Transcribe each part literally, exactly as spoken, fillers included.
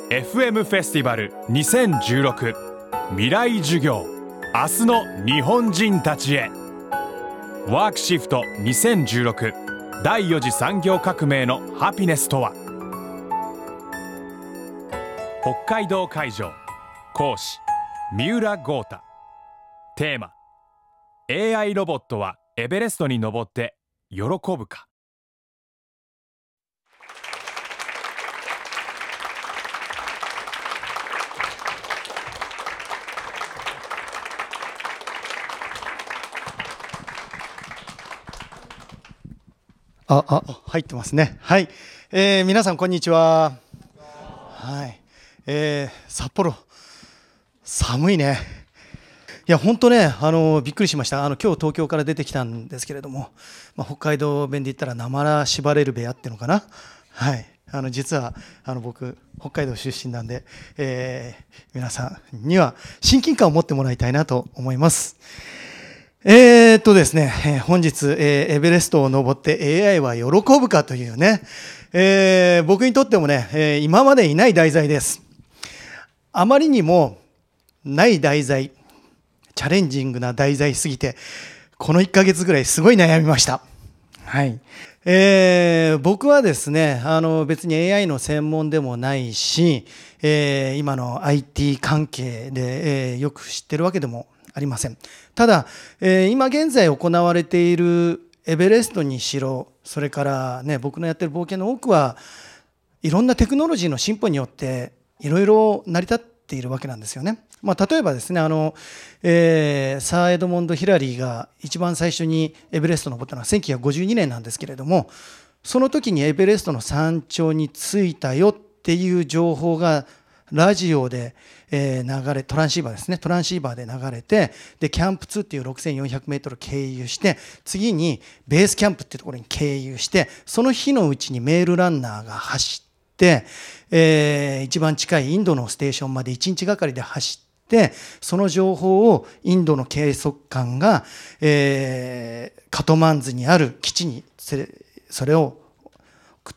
エフエム フェスティバルにせんじゅうろく未来授業、明日の日本人たちへ。ワークシフトにせんじゅうろくだいよ次産業革命のハピネスとは。北海道会場、講師三浦豪太。テーマ、 エーアイ ロボットはエベレストに登って喜ぶか。 あ、あ、入ってますね。はい、えー、皆さんこんにちは。はい、えー、札幌寒いね。いや本当ね、あのびっくりしました。あの今日東京から出てきたんですけれども、まあ、北海道弁で言ったらなまら縛れる部屋っていうのかな。はい、あの実はあの僕北海道出身なんで、えー、皆さんには親近感を持ってもらいたいなと思います。えーっとですね、本日、えー、エベレストを登って エーアイ は喜ぶかというね、えー、僕にとってもね、えー、今までいない題材です。あまりにもない題材、チャレンジングな題材すぎて、このいっかげつぐらいすごい悩みました。はい。えー、僕はですね、あの別に エーアイ の専門でもないし、えー、今の アイティー 関係で、えー、よく知ってるわけでもありません。ただ、えー、今現在行われているエベレストにしろ、それからね、僕のやってる冒険の多くはいろんなテクノロジーの進歩によっていろいろ成り立っているわけなんですよね。まあ、例えばですね、あの、えー、サー・エドモンド・ヒラリーが一番最初にエベレストに登ったのはせんきゅうひゃくごじゅうにねんなんですけれども、その時にエベレストの山頂に着いたよっていう情報がラジオで流れ、トランシーバーですね、トランシーバーで流れて、でキャンプツーっていうろくせんよんひゃくメートル経由して、次にベースキャンプっていうところに経由して、その日のうちにメールランナーが走って、えー、一番近いインドのステーションまでいちにちがかりで走って、でその情報をインドの計測官が、えー、カトマンズにある基地にそれを送って、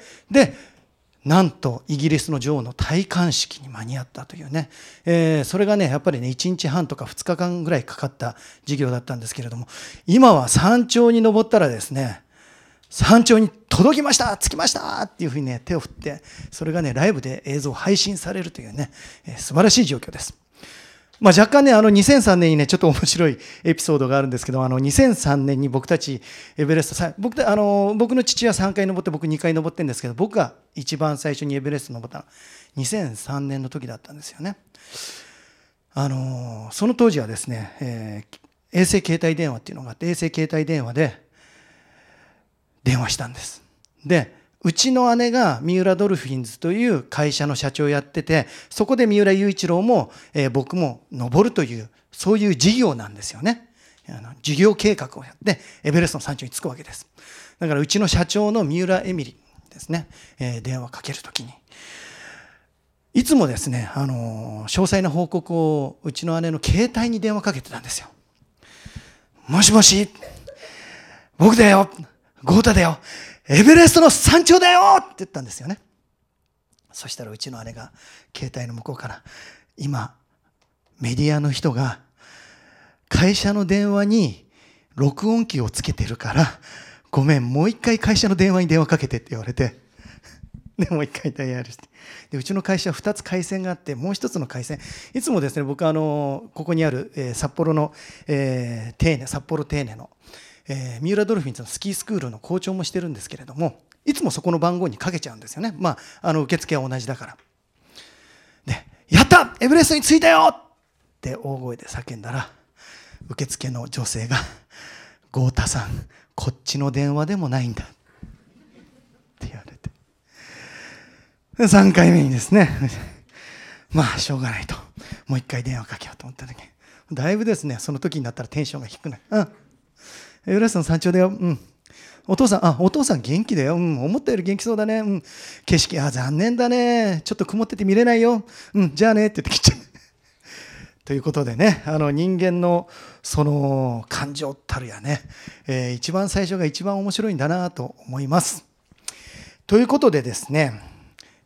でなんとイギリスの女王の戴冠式に間に合ったというね、えー、それがねやっぱりねいちにちはんとかふつかかんぐらいかかった授業だったんですけれども、今は山頂に登ったらですね、山頂に届きました、着きましたっていうふうにね手を振って、それがねライブで映像配信されるというね、えー、素晴らしい状況です。まあ、若干ね、あのにせんさんねんにね、ちょっと面白いエピソードがあるんですけど、あのにせんさんねんに僕たちエベレスト、僕あの僕の父はさんかい登って、僕にかい登ってるんですけど、僕が一番最初にエベレスト登ったのはにせんさんねんの時だったんですよね。あのその当時はですね、えー、衛星携帯電話っていうのがあって、衛星携帯電話で電話したんです。でうちの姉が三浦ドルフィンズという会社の社長をやってて、そこで三浦雄一郎も、えー、僕も登るという、そういう事業なんですよね。あの事業計画をやってエベレストの山頂に着くわけです。だからうちの社長の三浦エミリですね、えー、電話かけるときにいつもですね、あのー、詳細な報告をうちの姉の携帯に電話かけてたんですよ。もしもし、僕だよ、豪太だよ、エベレストの山頂だよって言ったんですよね。そしたらうちの姉が携帯の向こうから、今メディアの人が会社の電話に録音機をつけてるから、ごめんもう一回会社の電話に電話かけてって言われて、でもう一回ダイヤルして、でうちの会社はふたつ回線があって、もう一つの回線、いつもですね、僕はあのここにある、えー、札幌の、えー、テーネ札幌テーネのえー、三浦ドルフィンズのスキースクールの校長もしてるんですけれども、いつもそこの番号にかけちゃうんですよね。まあ、あの受付は同じだから。で、やったエベレストに着いたよって大声で叫んだら、受付の女性が、豪太さん、こっちの電話でもないんだって言われて、でさんかいめにですね、まあしょうがないと、もう一回電話かけようと思った時に、だいぶですね、その時になったらテンションが低くなる。うんエベレストの山頂だよ。うん。お父さん、あ、お父さん元気だよ。うん。思ったより元気そうだね。うん。景色、あ、残念だね。ちょっと曇ってて見れないよ。うん。じゃあねって言ってきちゃう。ということでね、あの人間のその感情たるやね、えー、一番最初が一番面白いんだなと思います。ということでですね、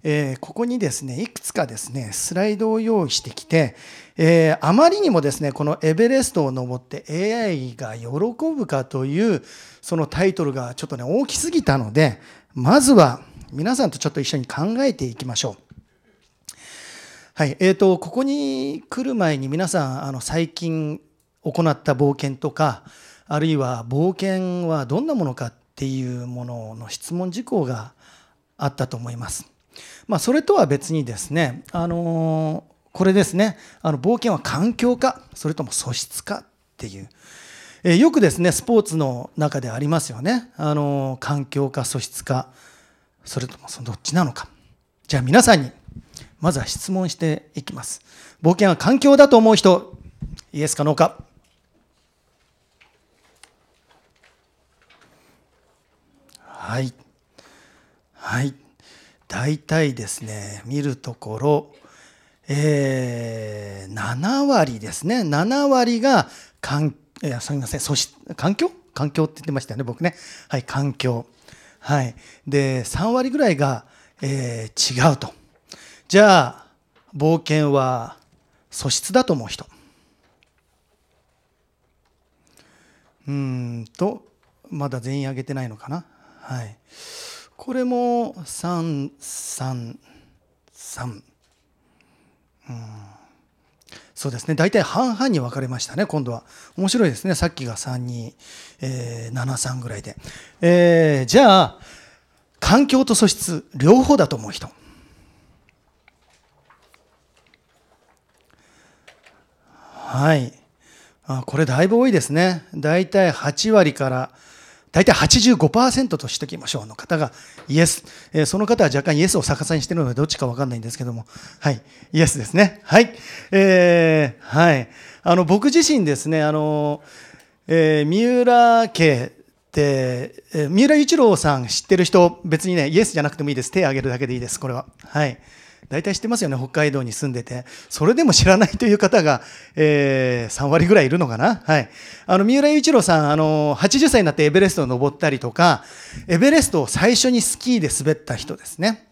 えー、ここにですねいくつかですねスライドを用意してきて、えー、あまりにもですねこのエベレストを登って エーアイ が喜ぶかというそのタイトルがちょっとね大きすぎたので、まずは皆さんとちょっと一緒に考えていきましょう。はい、えーとここに来る前に皆さんあの最近行った冒険とか、あるいは冒険はどんなものかっていうものの質問事項があったと思います。まあ、それとは別にですね、あのー、これですね、あの冒険は環境かそれとも素質かっていう、えー、よくですねスポーツの中でありますよね。あのー、環境か素質かそれともそのどっちなのか。じゃあ皆さんにまずは質問していきます。冒険は環境だと思う人、イエスかノーか。はいはい大体ですね見るところ、えー、なな割ですねなな割が環いやすみません素質環境環境って言ってましたよね僕ね。はい環境、はいでさん割ぐらいが、えー、違うと。じゃあ冒険は素質だと思う人、うーんとまだ全員挙げてないのかな。はいこれもさん、さん、さん、うん、そうですね大体半々に分かれましたね。今度は面白いですね。さっきがさんに、えー、なな、さんぐらいで、えー、じゃあ環境と素質両方だと思う人、はいあこれだいぶ多いですね。大体はち割から大体 はちじゅうごパーセント としておきましょうの方がイエス、えー、その方は若干イエスを逆さにしているのでどっちか分かんないんですけども、はいイエスですね。はい、えー、はいあの僕自身ですねあの、えー、三浦家ってえー、三浦雄一郎さん知ってる人別にねイエスじゃなくてもいいです。手を挙げるだけでいいです。これははい大体知ってますよね。北海道に住んでてそれでも知らないという方が、えー、さん割ぐらいいるのかな。はい、あの三浦雄一郎さんあのはちじゅっさいになってエベレストを登ったりとかエベレストを最初にスキーで滑った人ですね。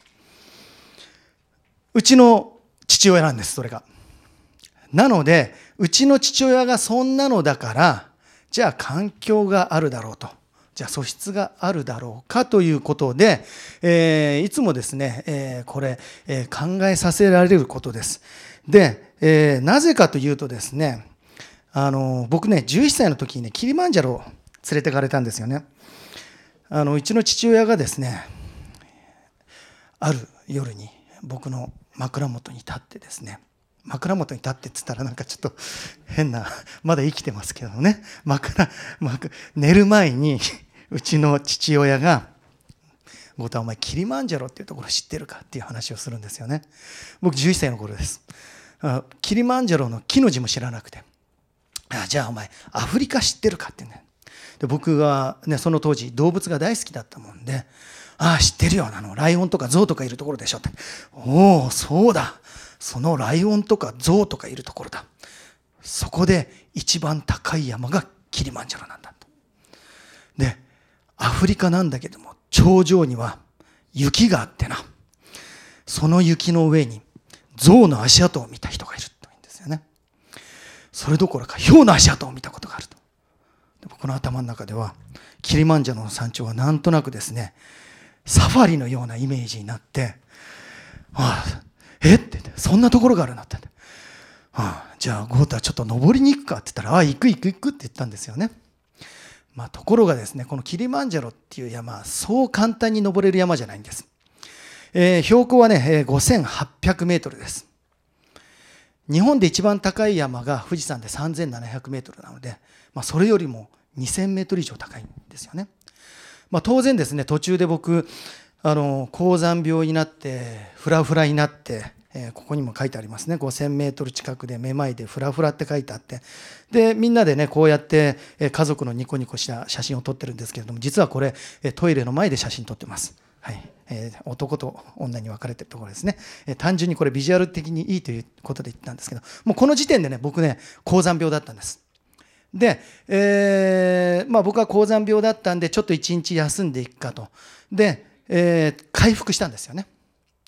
うちの父親なんです。それがなのでうちの父親がそんなのだからじゃあ環境があるだろうと、じゃあ素質があるだろうかということで、えー、いつもですね、えー、これ、えー、考えさせられることです。で、えー、なぜかというとですね、あの僕ねじゅういっさいの時にねキリマンジャロを連れてかれたんですよね。あのうちの父親がですねある夜に僕の枕元に立ってですね、枕元に立ってっつったらなんかちょっと変なまだ生きてますけどね、枕枕寝る前にうちの父親が「ゴタお前キリマンジャロっていうところ知ってるか?」っていう話をするんですよね。僕じゅういっさいの頃です。キリマンジャロの木の字も知らなくて、あじゃあお前アフリカ知ってるかってね。で僕がねその当時動物が大好きだったもんで、ああ知ってるよあのライオンとかゾウとかいるところでしょって。おおそうだ、そのライオンとかゾウとかいるところだ、そこで一番高い山がキリマンジャロなんだと。でアフリカなんだけども頂上には雪があってな、その雪の上にゾウの足跡を見た人がいると言うんですよね。それどころかヒョウの足跡を見たことがあると。で僕の頭の中ではキリマンジャロの山頂はなんとなくですねサファリのようなイメージになって、ああえってそんなところがあるなって、ああじゃあゴータちょっと登りに行くかって言ったら、ああ行く行く行くって言ったんですよね。まあ、ところがですねこのキリマンジャロっていう山そう簡単に登れる山じゃないんです。えー、標高はねごせんはっぴゃくメートルです。日本で一番高い山が富士山でさんぜんななひゃくメートルなので、まあ、それよりもにせんメートル以上高いんですよね。まあ、当然ですね途中で僕あの高山病になってフラフラになって、えー、ここにも書いてありますね。ごせんメートル近くでめまいでフラフラって書いてあって、でみんなでねこうやって家族のニコニコした写真を撮ってるんですけれども、実はこれトイレの前で写真撮ってます。はい、えー、男と女に分かれてるところですね。えー、単純にこれビジュアル的にいいということで言ったんですけど、もうこの時点でね僕ね高山病だったんです。で、えーまあ、僕は高山病だったんでちょっと一日休んでいくかと。で、えー、回復したんですよね。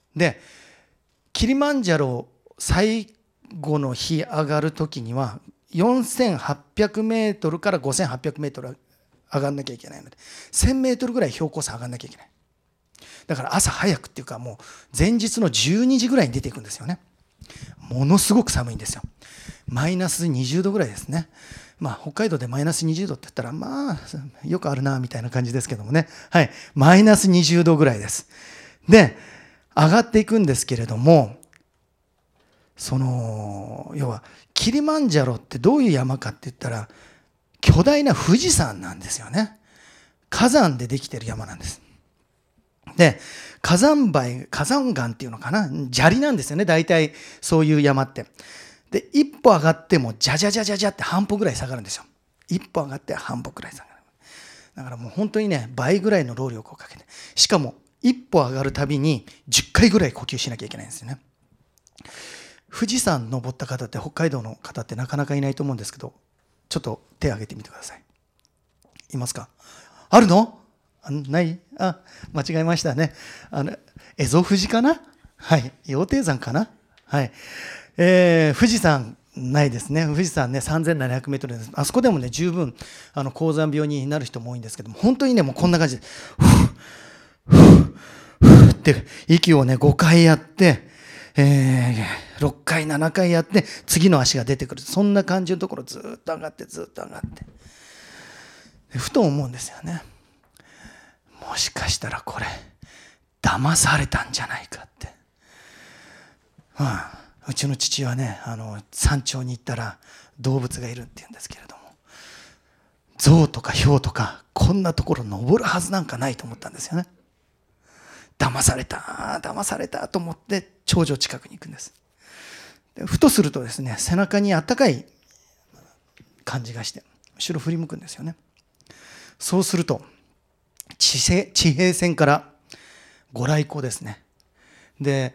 でキリマンジャロ最後の日上がるときにはよんせんはっぴゃくメートルからごせんはっぴゃくメートル上がんなきゃいけないので、せんメートルぐらい標高差上がんなきゃいけない。だから朝早くっていうか、もう前日のじゅうにじぐらいに出ていくんですよね。ものすごく寒いんですよ。マイナスにじゅうどぐらいですね。まあ北海道でマイナスにじゅうどって言ったら、まあよくあるなみたいな感じですけどもね。はい、マイナスにじゅうどぐらいです。で上がっていくんですけれども、その要はキリマンジャロってどういう山かって言ったら、巨大な富士山なんですよね。火山でできている山なんです。で火山灰、火山岩っていうのかな、砂利なんですよね、大体そういう山って。で一歩上がってもジャジャジャジャジャって半歩ぐらい下がるんですよ。一歩上がって半歩ぐらい下がる。だからもう本当にね、倍ぐらいの労力をかけて、しかも一歩上がるたびにじゅっかいぐらい呼吸しなきゃいけないんですよね。富士山登った方って、北海道の方ってなかなかいないと思うんですけど、ちょっと手を挙げてみてください。いますか？あるの？あない？あ、間違えましたね。あの蝦夷富士かな？はい、羊蹄山かな？はい、えー、富士山ないですね。富士山ね、さんぜんななひゃくメートルです。あそこでもね、十分あの高山病になる人も多いんですけども、本当にね、もうこんな感じでふぅふぅふぅって息をねごかいやって、えー、ろっかいななかいやって次の足が出てくる、そんな感じのところずっと上がってずっと上がって、ふと思うんですよね。もしかしたらこれ騙されたんじゃないかって。うん、うちの父はね、あの山頂に行ったら動物がいるって言うんですけれども、象とかヒョウとかこんなところ登るはずなんかないと思ったんですよね。騙された騙されたと思って頂上近くに行くんです。でふとするとですね、背中にあったかい感じがして後ろ振り向くんですよね。そうすると地平地平線からご来光ですね。で、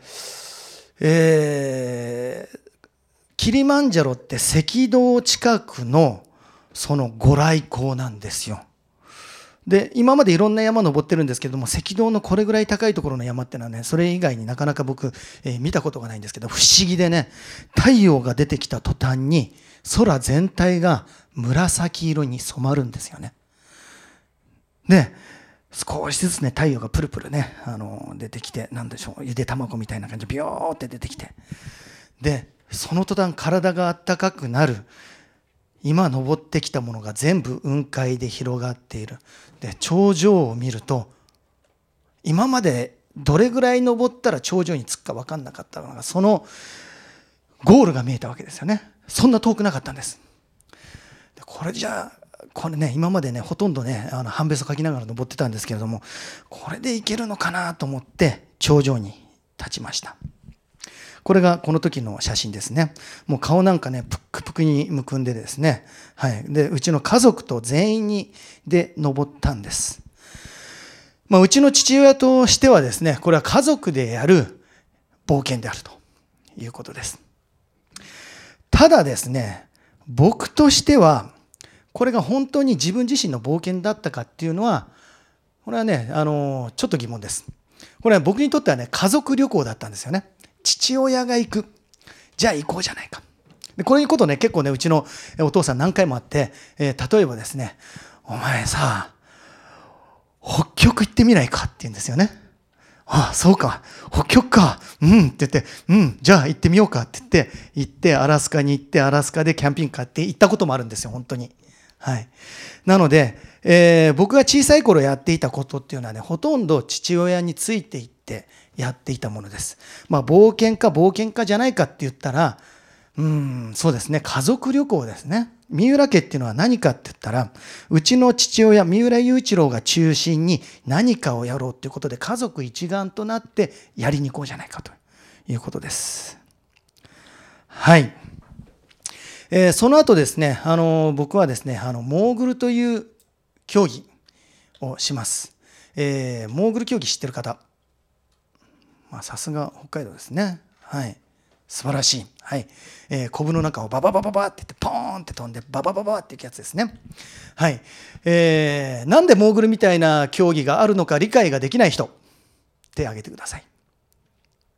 えー、キリマンジャロって赤道近くのそのご来光なんですよ。で今までいろんな山登ってるんですけれども、赤道のこれぐらい高いところの山ってのはね、それ以外になかなか僕、えー、見たことがないんですけど、不思議でね、太陽が出てきた途端に空全体が紫色に染まるんですよね。で少しずつね、太陽がプルプルね、あの出てきて、なんでしょう、ゆで卵みたいな感じでビヨーって出てきて、でその途端体があったかくなる。今登ってきたものが全部雲海で広がっている。で頂上を見ると、今までどれぐらい登ったら頂上に着くか分かんなかったのが、そのゴールが見えたわけですよね。そんな遠くなかったんです。でこれじゃあこれね、今までねほとんどね、あの半べそかきながら登ってたんですけれども、これでいけるのかなと思って頂上に立ちました。これがこの時の写真ですね。もう顔なんかねぷっくぷくにむくんでですね、はい、でうちの家族と全員にで登ったんです。まあ、うちの父親としてはですね、これは家族でやる冒険であるということです。ただですね、僕としてはこれが本当に自分自身の冒険だったかっていうのは、これはね、あのちょっと疑問です。これは僕にとってはね、家族旅行だったんですよね。父親が行く、じゃあ行こうじゃないか。でこういうことね、結構ね、うちのお父さん何回もあって、えー、例えばですね、お前さ北極行ってみないかって言うんですよね。ああそうか、北極か、うんって言って、うんじゃあ行ってみようかって言って行って、アラスカに行って、アラスカでキャンピングカーって行ったこともあるんですよ、本当に。はい、なので、えー、僕が小さい頃やっていたことっていうのはね、ほとんど父親についていってやっていたものです。まあ冒険か冒険かじゃないかって言ったら、うーんそうですね、家族旅行ですね。三浦家っていうのは何かって言ったら、うちの父親三浦雄一郎が中心に何かをやろうということで、家族一丸となってやりに行こうじゃないかということです。はい。えー、その後ですね、あの僕はですね、あのモーグルという競技をします。えー、モーグル競技知ってる方、まあ、さすが北海道ですね。はい、素晴らしい。はい、えー、コブの中をバババババって言ってポーンって飛んでババババっていくやつですね。はい、えー、なんでモーグルみたいな競技があるのか理解ができない人、手を挙げてください。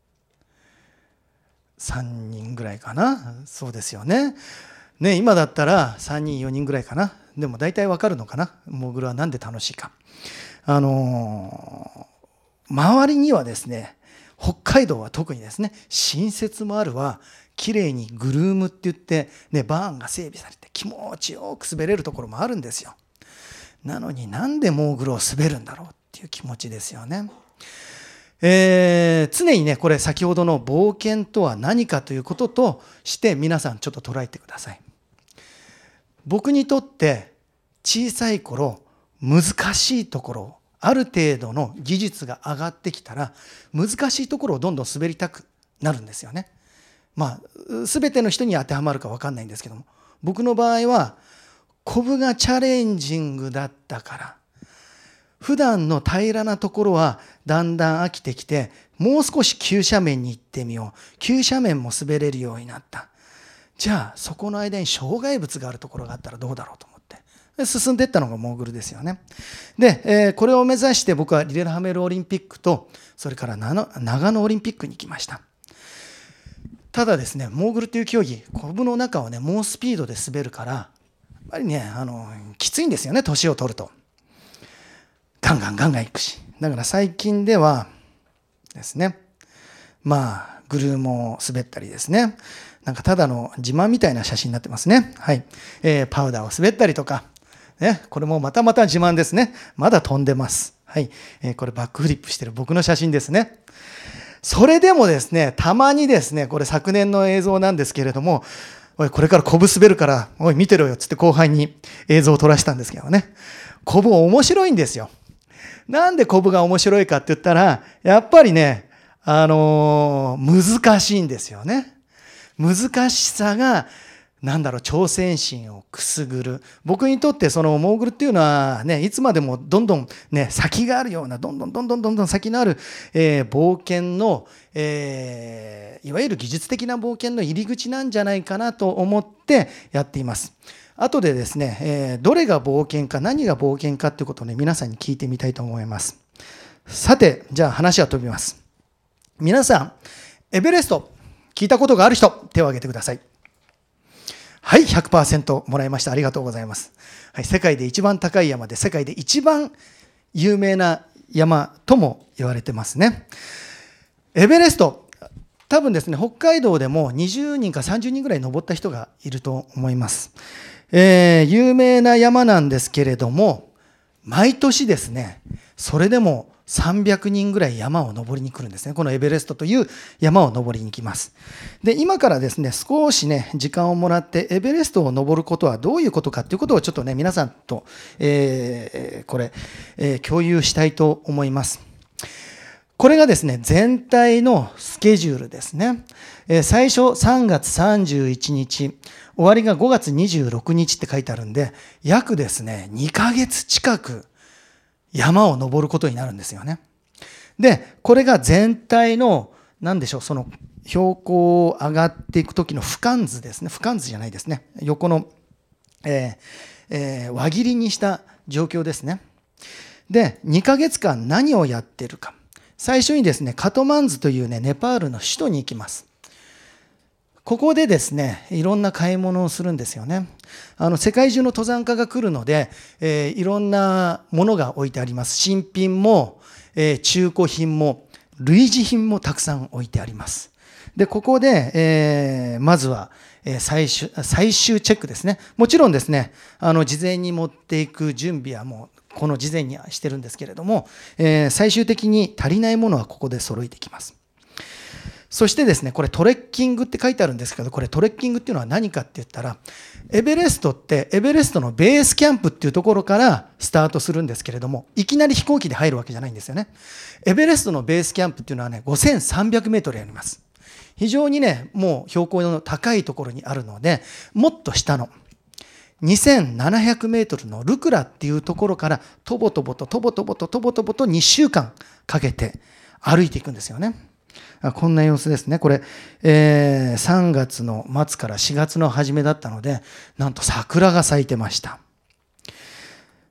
さんにんぐらいかな。そうですよね。ね、今だったらさんにんよにんぐらいかな。でも大体わかるのかな、モーグルはなんで楽しいか。あのー、周りにはですね、北海道は特にですね、新雪もあるわ、きれいにグルームって言って、ね、バーンが整備されて気持ちよく滑れるところもあるんですよ。なのになんでモーグルを滑るんだろうっていう気持ちですよね。えー、常にね、これ先ほどの冒険とは何かということとして皆さんちょっと捉えてください。僕にとって小さい頃、難しいところ、ある程度の技術が上がってきたら難しいところをどんどん滑りたくなるんですよね。まあ全ての人に当てはまるか分かんないんですけども、僕の場合はコブがチャレンジングだったから、普段の平らなところはだんだん飽きてきて、もう少し急斜面に行ってみよう。急斜面も滑れるようになった。じゃあそこの間に障害物があるところがあったらどうだろうと思って進んでいったのがモーグルですよね。で、えー、これを目指して僕はリレハメルオリンピックとそれから長野オリンピックに行きました。ただですね、モーグルという競技、コブの中をね、猛スピードで滑るから、やっぱりね、あのきついんですよね、年を取ると。ガンガンガンガン行くし。だから最近ではですね、まあグルームを滑ったりですね、なんかただの自慢みたいな写真になってますね。はい、えー、パウダーを滑ったりとか、ね、これもまたまた自慢ですね。まだ飛んでます。はい、えー、これバックフリップしてる僕の写真ですね。それでもですね、たまにですね、これ昨年の映像なんですけれども、おいこれからコブ滑るから、おい見てろよっつって後輩に映像を撮らせたんですけどね。コブ面白いんですよ。なんでコブが面白いかって言ったら、やっぱりね、あのー、難しいんですよね。難しさが、なんだろう、挑戦心をくすぐる。僕にとってそのモーグルっていうのはね、いつまでもどんどんね、先があるような、どんどんどんどんどんどん先のある、えー、冒険の、えー、いわゆる技術的な冒険の入り口なんじゃないかなと思ってやっています。後でですね、えー、どれが冒険か、何が冒険かっていうことをね、皆さんに聞いてみたいと思います。さて、じゃあ話は飛びます。皆さん、エベレスト、聞いたことがある人、手を挙げてください。はい、ひゃくパーセント もらいました。ありがとうございます。はい、世界で一番高い山で、世界で一番有名な山とも言われてますね。エベレスト、多分ですね、北海道でもにじゅうにんかさんじゅうにんぐらい登った人がいると思います。えー、有名な山なんですけれども、毎年ですね、それでもさんびゃくにんぐらい山を登りに来るんですね。このエベレストという山を登りに来ます。で、今からですね、少しね、時間をもらって、エベレストを登ることはどういうことかということをちょっとね、皆さんと、えー、これ、えー、共有したいと思います。これがですね、全体のスケジュールですね。えー、最初さんがつさんじゅういちにち、終わりがごがつにじゅうろくにちって書いてあるんで、約ですね、にかげつ近く、山を登ることになるんですよね。で、これが全体の、なんでしょう、その標高を上がっていく時の俯瞰図ですね。俯瞰図じゃないですね。横の、えーえー、輪切りにした状況ですね。で、にかげつかん何をやっているか。最初にですね、カトマンズというね、ネパールの首都に行きます。ここでですね、いろんな買い物をするんですよね。あの世界中の登山家が来るので、えー、いろんなものが置いてあります。新品も、えー、中古品も、類似品もたくさん置いてあります。で、ここで、えー、まずは、えー、最終、最終チェックですね。もちろんですね、あの事前に持っていく準備はもうこの事前にはしてるんですけれども、えー、最終的に足りないものはここで揃えていきます。そしてですね、これトレッキングって書いてあるんですけど、これトレッキングっていうのは何かって言ったら、エベレストってエベレストのベースキャンプっていうところからスタートするんですけれども、いきなり飛行機で入るわけじゃないんですよね。エベレストのベースキャンプっていうのはね、ごせんさんびゃくメートルあります。非常にね、もう標高の高いところにあるので、もっと下のにせんななひゃくメートルのルクラっていうところからとぼとぼととぼとぼととぼとぼとにしゅうかんかけて歩いていくんですよね。こんな様子ですね。これ、えー、さんがつの末からしがつの初めだったので、なんと桜が咲いてました。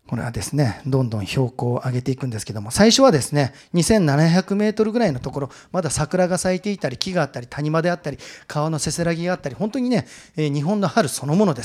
これはですね、どんどん標高を上げていくんですけども、最初はですね、にせんななひゃくメートルぐらいのところ、まだ桜が咲いていたり、木があったり、谷間であったり、川のせせらぎがあったり、本当にね、日本の春そのものです。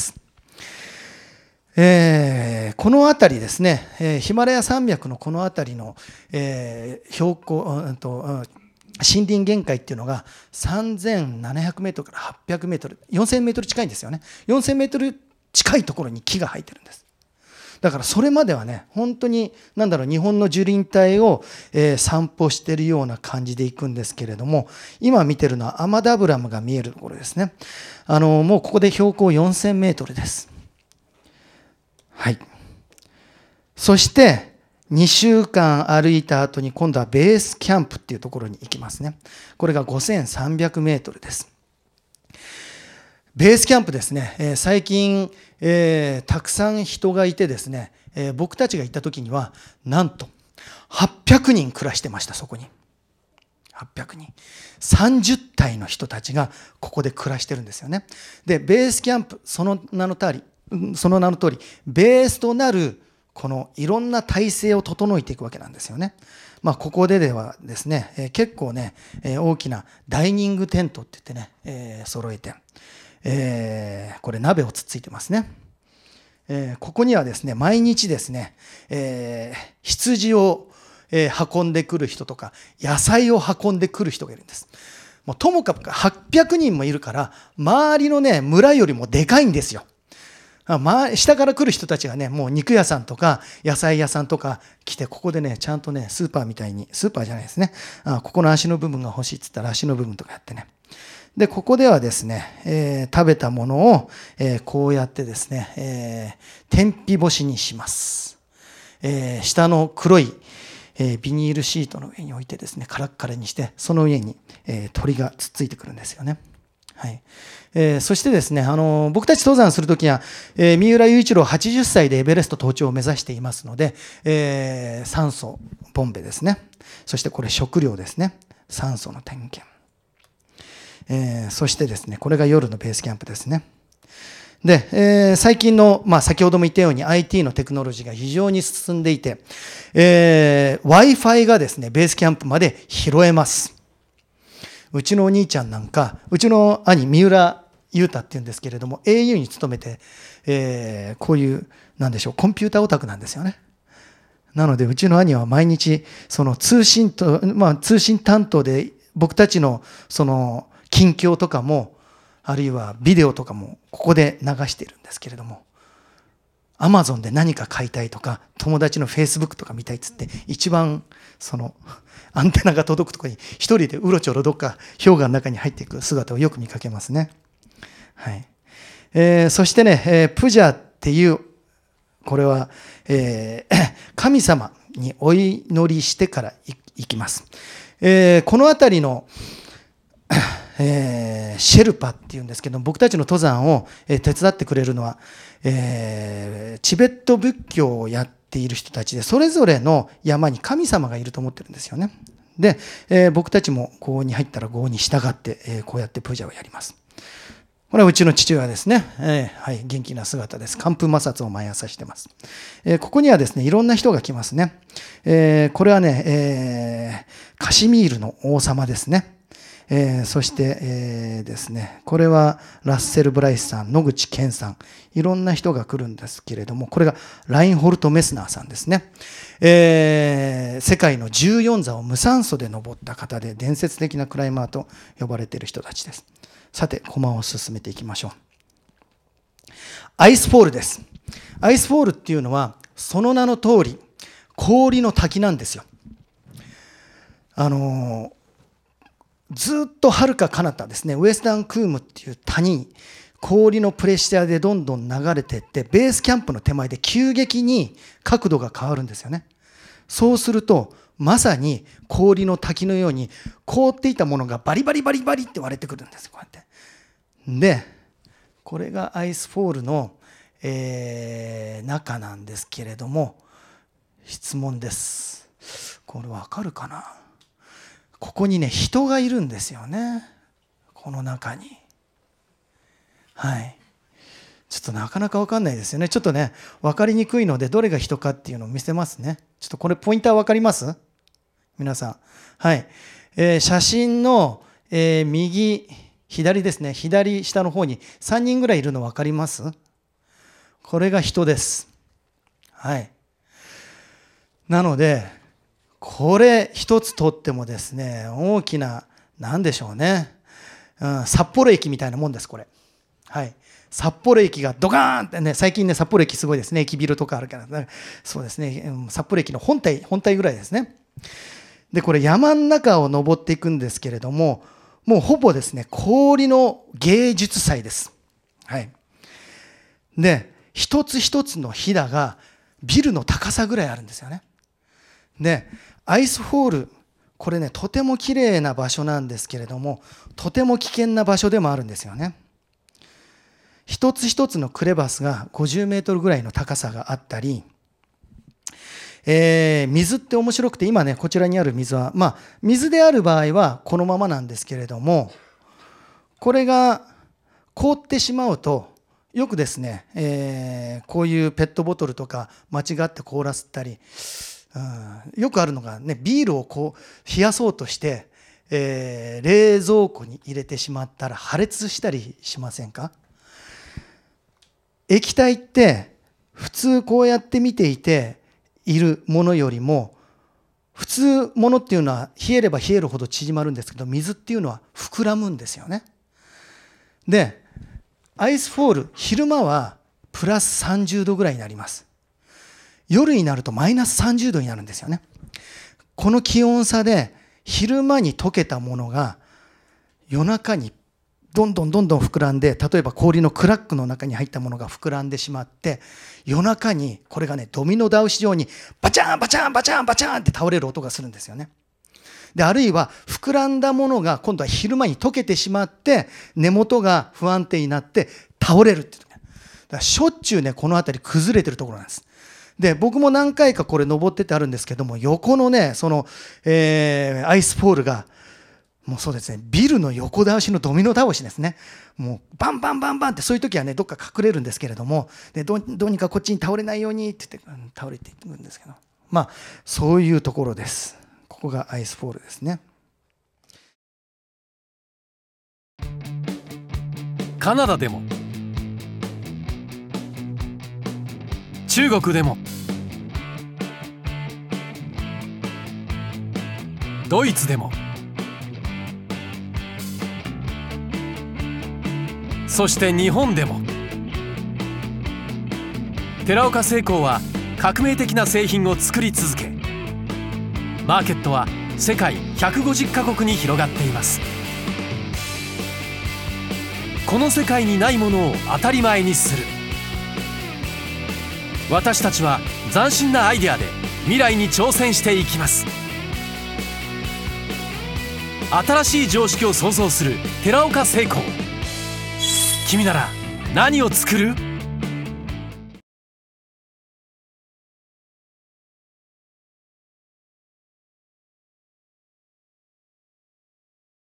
えー、この辺りですね、えー、ヒマラヤ山脈のこの辺りの、えー、標高、うんと、うん森林限界っていうのがさんぜんななひゃくメートルからはっぴゃくメートル、よんせんメートル近いんですよね。よんせんメートル近いところに木が生えてるんです。だからそれまではね、本当になんだろう、日本の樹林帯を、えー、散歩しているような感じで行くんですけれども、今見てるのはアマダブラムが見えるところですね。あのもうここで標高よんせんメートルです。はい。そしてにしゅうかん歩いた後に今度はベースキャンプっていうところに行きますね。これがごせんさんびゃくメートルです。ベースキャンプですね、えー、最近、えー、たくさん人がいてですね、えー、僕たちが行った時にはなんとはっぴゃくにん暮らしてました。そこにはっぴゃくにん、さんじゅったいの人たちがここで暮らしてるんですよね。でベースキャンプ、その名の通りその名の通りベースとなるこのいろんな体制を整えていくわけなんですよね。まあ、ここでではですね、えー、結構ね、えー、大きなダイニングテントって言ってね、えー、揃えて、えー、これ鍋をつっついてますね。えー、ここにはですね、毎日ですね、えー、羊を、えー、運んでくる人とか野菜を運んでくる人がいるんです。もうともかくはっぴゃくにんもいるから周りのね村よりもでかいんですよ。まあ、下から来る人たちがね、もう肉屋さんとか野菜屋さんとか来て、ここでね、ちゃんとね、スーパーみたいに、スーパーじゃないですね。あ、ここの足の部分が欲しいって言ったら足の部分とかやってね。で、ここではですね、えー、食べたものを、えー、こうやってですね、えー、天日干しにします。えー、下の黒い、えー、ビニールシートの上に置いてですね、カラッカラにして、その上に、えー、鳥がつっついてくるんですよね。はい。えー、そしてですね、あの僕たち登山するときには、えー、三浦雄一郎はちじゅっさいでエベレスト登頂を目指していますので、えー、酸素ボンベですね、そしてこれ食料ですね、酸素の点検、えー、そしてですね、これが夜のベースキャンプですね。で、えー、最近の、まあ、先ほども言ったように アイティー のテクノロジーが非常に進んでいて、えー、Wi-Fi がですね、ベースキャンプまで拾えます。うちのお兄ちゃんなんか、うちの兄、三浦雄太っていうんですけれども、エーユー に勤めて、えー、こういう、なんでしょう、コンピューターオタクなんですよね。なので、うちの兄は毎日、その通信と、まあ、通信担当で、僕たちの、その、近況とかも、あるいはビデオとかも、ここで流しているんですけれども、アマゾンで何か買いたいとか、友達のフェイスブックとか見たいっつって、一番、その、アンテナが届くところに一人でうろちょろどっか氷河の中に入っていく姿をよく見かけますね。はい。えー、そしてね、えー、プジャっていう、これは、えー、神様にお祈りしてから行きます。えー、この辺りの、えー、シェルパっていうんですけど、僕たちの登山を手伝ってくれるのは、えー、チベット仏教をやってている人たちで、それぞれの山に神様がいると思ってるんですよね。で、えー、僕たちも郷に入ったら郷に従って、えー、こうやってプージャをやります。これはうちの父親ですね。えー、はい、元気な姿です。寒風摩擦を毎朝してます。えー、ここにはですね、いろんな人が来ますね。えー、これはね、えー、カシミールの王様ですね。えー、そして、えー、ですね、これはラッセル・ブライスさん、野口健さん、いろんな人が来るんですけれども、これがラインホルト・メスナーさんですね。えー、世界のじゅうよん座を無酸素で登った方で、伝説的なクライマーと呼ばれている人たちです。さて、コマを進めていきましょう。アイスフォールです。アイスフォールっていうのは、その名の通り、氷の滝なんですよ。あのーずっと遥か彼方ですね、ウエスタンクームっていう谷に氷のプレッシャーでどんどん流れていって、ベースキャンプの手前で急激に角度が変わるんですよね。そうするとまさに氷の滝のように凍っていたものがバリバリバリバリって割れてくるんです。こうやってで、これがアイスフォールの、えー、中なんですけれども、質問です。これわかるかな。ここにね、人がいるんですよね、この中に。はい。 ちょっとなかなか分かんないですよね。ちょっとね、分かりにくいので、どれが人かっていうのを見せますね。ちょっとこれ、ポインター分かります？皆さん。はい。えー、写真の、えー、右、左ですね。左下の方にさんにんぐらいいるの分かります？これが人です。はい。なので、これ一つとってもですね、大きな、なんでしょうね。うん、札幌駅みたいなもんです、これ。はい。札幌駅がドカーンってね、最近ね、札幌駅すごいですね。駅ビルとかあるから、ね、そうですね、札幌駅の本体、本体ぐらいですね。で、これ山の中を登っていくんですけれども、もうほぼですね、氷の芸術祭です。はい。で、一つ一つのひだがビルの高さぐらいあるんですよね。で、アイスフォール、これね、とても綺麗な場所なんですけれども、とても危険な場所でもあるんですよね。一つ一つのクレバスがごじゅうメートルぐらいの高さがあったり、えー、水って面白くて、今ね、こちらにある水は、まあ、水である場合はこのままなんですけれども、これが凍ってしまうと、よくですね、えー、こういうペットボトルとか間違って凍らせたり、うん、よくあるのがね、ビールをこう冷やそうとして、えー、冷蔵庫に入れてしまったら破裂したりしませんか？液体って普通こうやって見ていているものよりも、普通ものっていうのは冷えれば冷えるほど縮まるんですけど、水っていうのは膨らむんですよね。で、アイスフォール、昼間はプラスさんじゅうどぐらいになります。夜になるとマイナスさんじゅうどになるんですよね。この気温差で昼間に溶けたものが夜中にどんどんどんどん膨らんで、例えば氷のクラックの中に入ったものが膨らんでしまって、夜中にこれがね、ドミノ倒し状にバチャンバチャンバチャンバチャンって倒れる音がするんですよね。で、あるいは膨らんだものが今度は昼間に溶けてしまって根元が不安定になって倒れるっていう。だからしょっちゅうね、この辺り崩れてるところなんです。で、僕も何回かこれ登ってってあるんですけども、横のね、その、えー、アイスフォールがもうそうですね、ビルの横倒しのドミノ倒しですね。もうバンバンバンバンって、そういう時はね、どっか隠れるんですけれども、で ど, どうにかこっちに倒れないようにって言って、うん、倒れていくんですけど、まあそういうところです。ここがアイスフォールですね。 カナダでも、中国でも、ドイツでも、そして日本でも、寺岡製鋼は革命的な製品を作り続け、マーケットは世界ひゃくごじゅっカ国に広がっています。この世界にないものを当たり前にする。私たちは斬新なアイデアで未来に挑戦していきます。新しい常識を創造する寺岡製鋼。君なら何を作る？